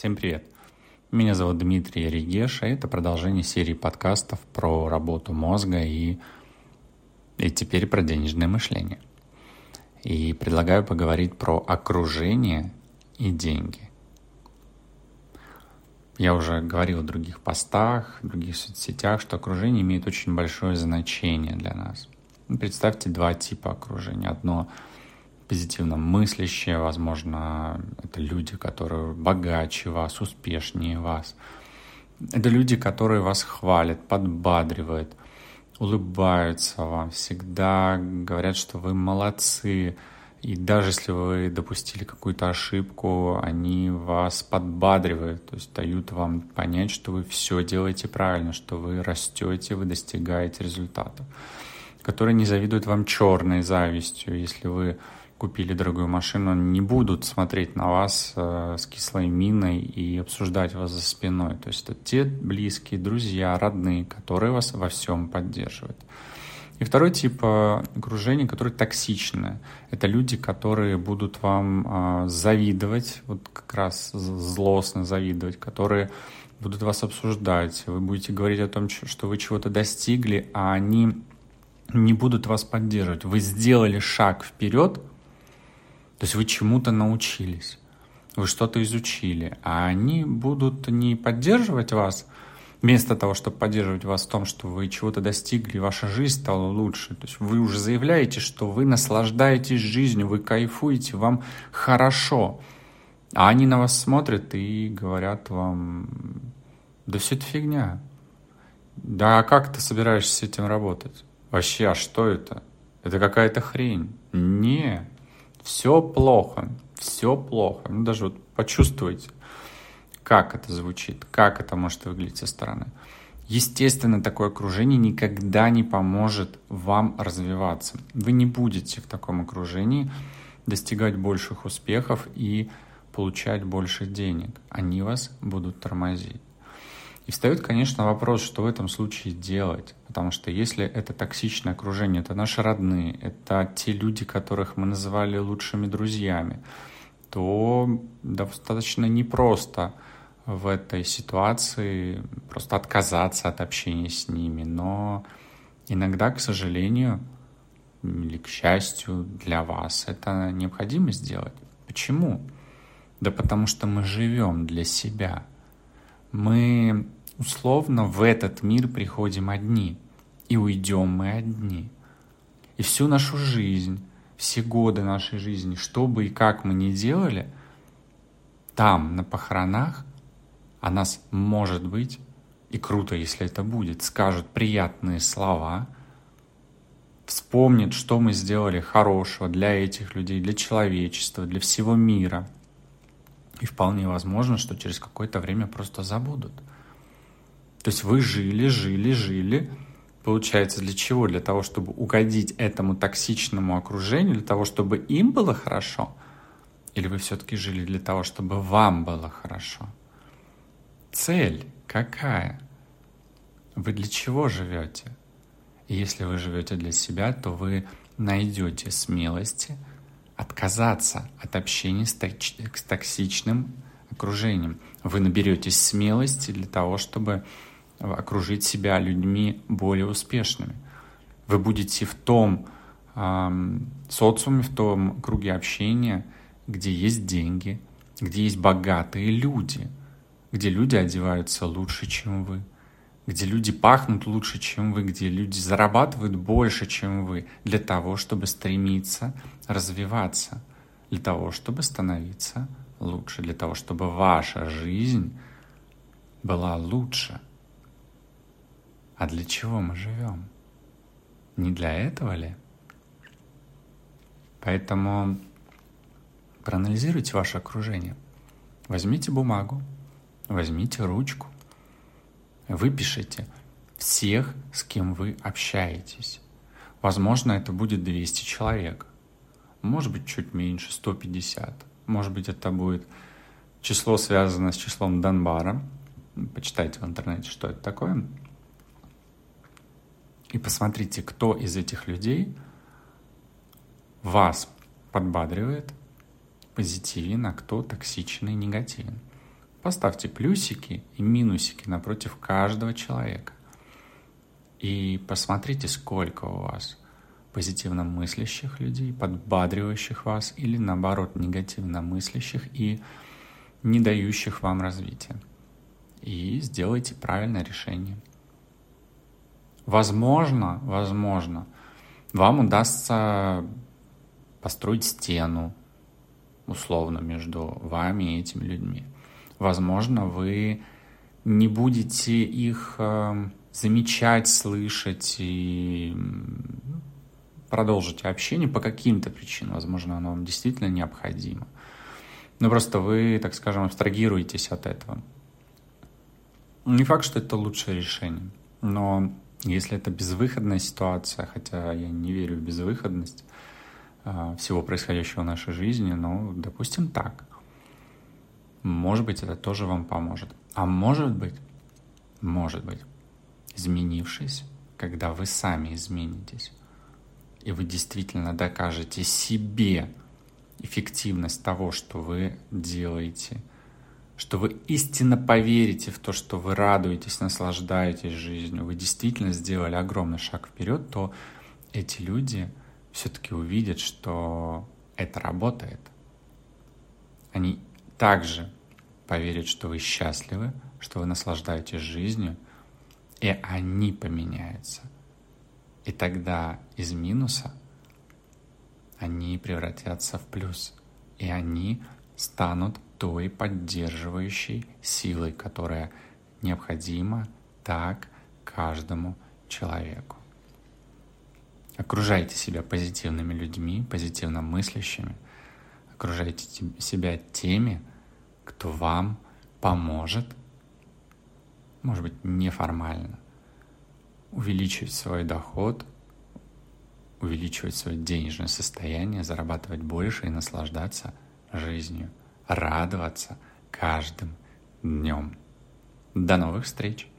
Всем привет! Меня зовут Дмитрий Регеш, и это продолжение серии подкастов про работу мозга и теперь про денежное мышление. И предлагаю поговорить про окружение и деньги. Я уже говорил в других постах, в других соцсетях, что окружение имеет очень большое значение для нас. Представьте два типа окружения. Одно позитивно мыслящие, возможно, это люди, которые богаче вас, успешнее вас. Это люди, которые вас хвалят, подбадривают, улыбаются вам, всегда говорят, что вы молодцы. И даже если вы допустили какую-то ошибку, они вас подбадривают, то есть дают вам понять, что вы все делаете правильно, что вы растете, вы достигаете результатов. Которые не завидуют вам черной завистью, если вы купили дорогую машину, не будут смотреть на вас с кислой миной и обсуждать вас за спиной. То есть это те близкие, друзья, родные, которые вас во всем поддерживают. И второй тип окружения, которое токсичное. Это люди, которые будут вам завидовать, вот как раз злостно завидовать, которые будут вас обсуждать. Вы будете говорить о том, что вы чего-то достигли, а они не будут вас поддерживать. Вы сделали шаг вперед, то есть вы чему-то научились, вы что-то изучили, а они будут не поддерживать вас, вместо того, чтобы поддерживать вас в том, что вы чего-то достигли, ваша жизнь стала лучше. То есть вы уже заявляете, что вы наслаждаетесь жизнью, вы кайфуете, вам хорошо. А они на вас смотрят и говорят вам: да все это фигня. Да а как ты собираешься с этим работать? Вообще, а что это? Это какая-то хрень. Не, все плохо, все плохо. Ну, даже вот почувствуйте, как это звучит, как это может выглядеть со стороны. Естественно, такое окружение никогда не поможет вам развиваться. Вы не будете в таком окружении достигать больших успехов и получать больше денег. Они вас будут тормозить. И встает, конечно, вопрос, что в этом случае делать. Потому что если это токсичное окружение, это наши родные, это те люди, которых мы называли лучшими друзьями, то достаточно непросто в этой ситуации просто отказаться от общения с ними. Но иногда, к сожалению, или к счастью для вас, это необходимо сделать. Почему? Да потому что мы живем для себя. Мы условно в этот мир приходим одни, и уйдем мы одни. И всю нашу жизнь, все годы нашей жизни, что бы и как мы ни делали, там, на похоронах, о нас, может быть, и круто, если это будет, скажут приятные слова, вспомнят, что мы сделали хорошего для этих людей, для человечества, для всего мира. И вполне возможно, что через какое-то время просто забудут. То есть вы жили. Получается, для чего? Для того, чтобы угодить этому токсичному окружению, для того, чтобы им было хорошо? Или вы все-таки жили для того, чтобы вам было хорошо? Цель какая? Вы для чего живете? И если вы живете для себя, то вы найдете смелости отказаться от общения с токсичным окружением. Вы наберетесь смелости для того, чтобы окружить себя людьми более успешными. Вы будете в том социуме, в том круге общения, где есть деньги, где есть богатые люди, где люди одеваются лучше, чем вы, где люди пахнут лучше, чем вы, где люди зарабатывают больше, чем вы, для того, чтобы стремиться развиваться, для того, чтобы становиться лучше, для того, чтобы ваша жизнь была лучше. А для чего мы живем? Не для этого ли? Поэтому проанализируйте ваше окружение. Возьмите бумагу, возьмите ручку, выпишите всех, с кем вы общаетесь. Возможно, это будет 200 человек. Может быть, чуть меньше, 150. Может быть, это будет число, связанное с числом Донбара. Почитайте в интернете, что это такое. И посмотрите, кто из этих людей вас подбадривает, позитивен, а кто токсичен и негативен. Поставьте плюсики и минусики напротив каждого человека. И посмотрите, сколько у вас позитивно мыслящих людей, подбадривающих вас, или наоборот, негативно мыслящих и не дающих вам развития. И сделайте правильное решение. Возможно, вам удастся построить стену, условно, между вами и этими людьми. Возможно, вы не будете их замечать, слышать и продолжите общение по каким-то причинам. Возможно, оно вам действительно необходимо. Но просто вы, так скажем, абстрагируетесь от этого. Не факт, что это лучшее решение. Но если это безвыходная ситуация, хотя я не верю в безвыходность всего происходящего в нашей жизни, но, допустим, так. Может быть, это тоже вам поможет. А может быть, изменившись, когда вы сами изменитесь, и вы действительно докажете себе эффективность того, что вы делаете, что вы истинно поверите в то, что вы радуетесь, наслаждаетесь жизнью, вы действительно сделали огромный шаг вперед, то эти люди все-таки увидят, что это работает. Они также поверят, что вы счастливы, что вы наслаждаетесь жизнью, и они поменяются. И тогда из минуса они превратятся в плюс, и они станут той поддерживающей силой, которая необходима так каждому человеку. Окружайте себя позитивными людьми, позитивно мыслящими. Окружайте себя теми, кто вам поможет, может быть, неформально, увеличивать свой доход, увеличивать свое денежное состояние, зарабатывать больше и наслаждаться жизнью, радоваться каждым днем. До новых встреч!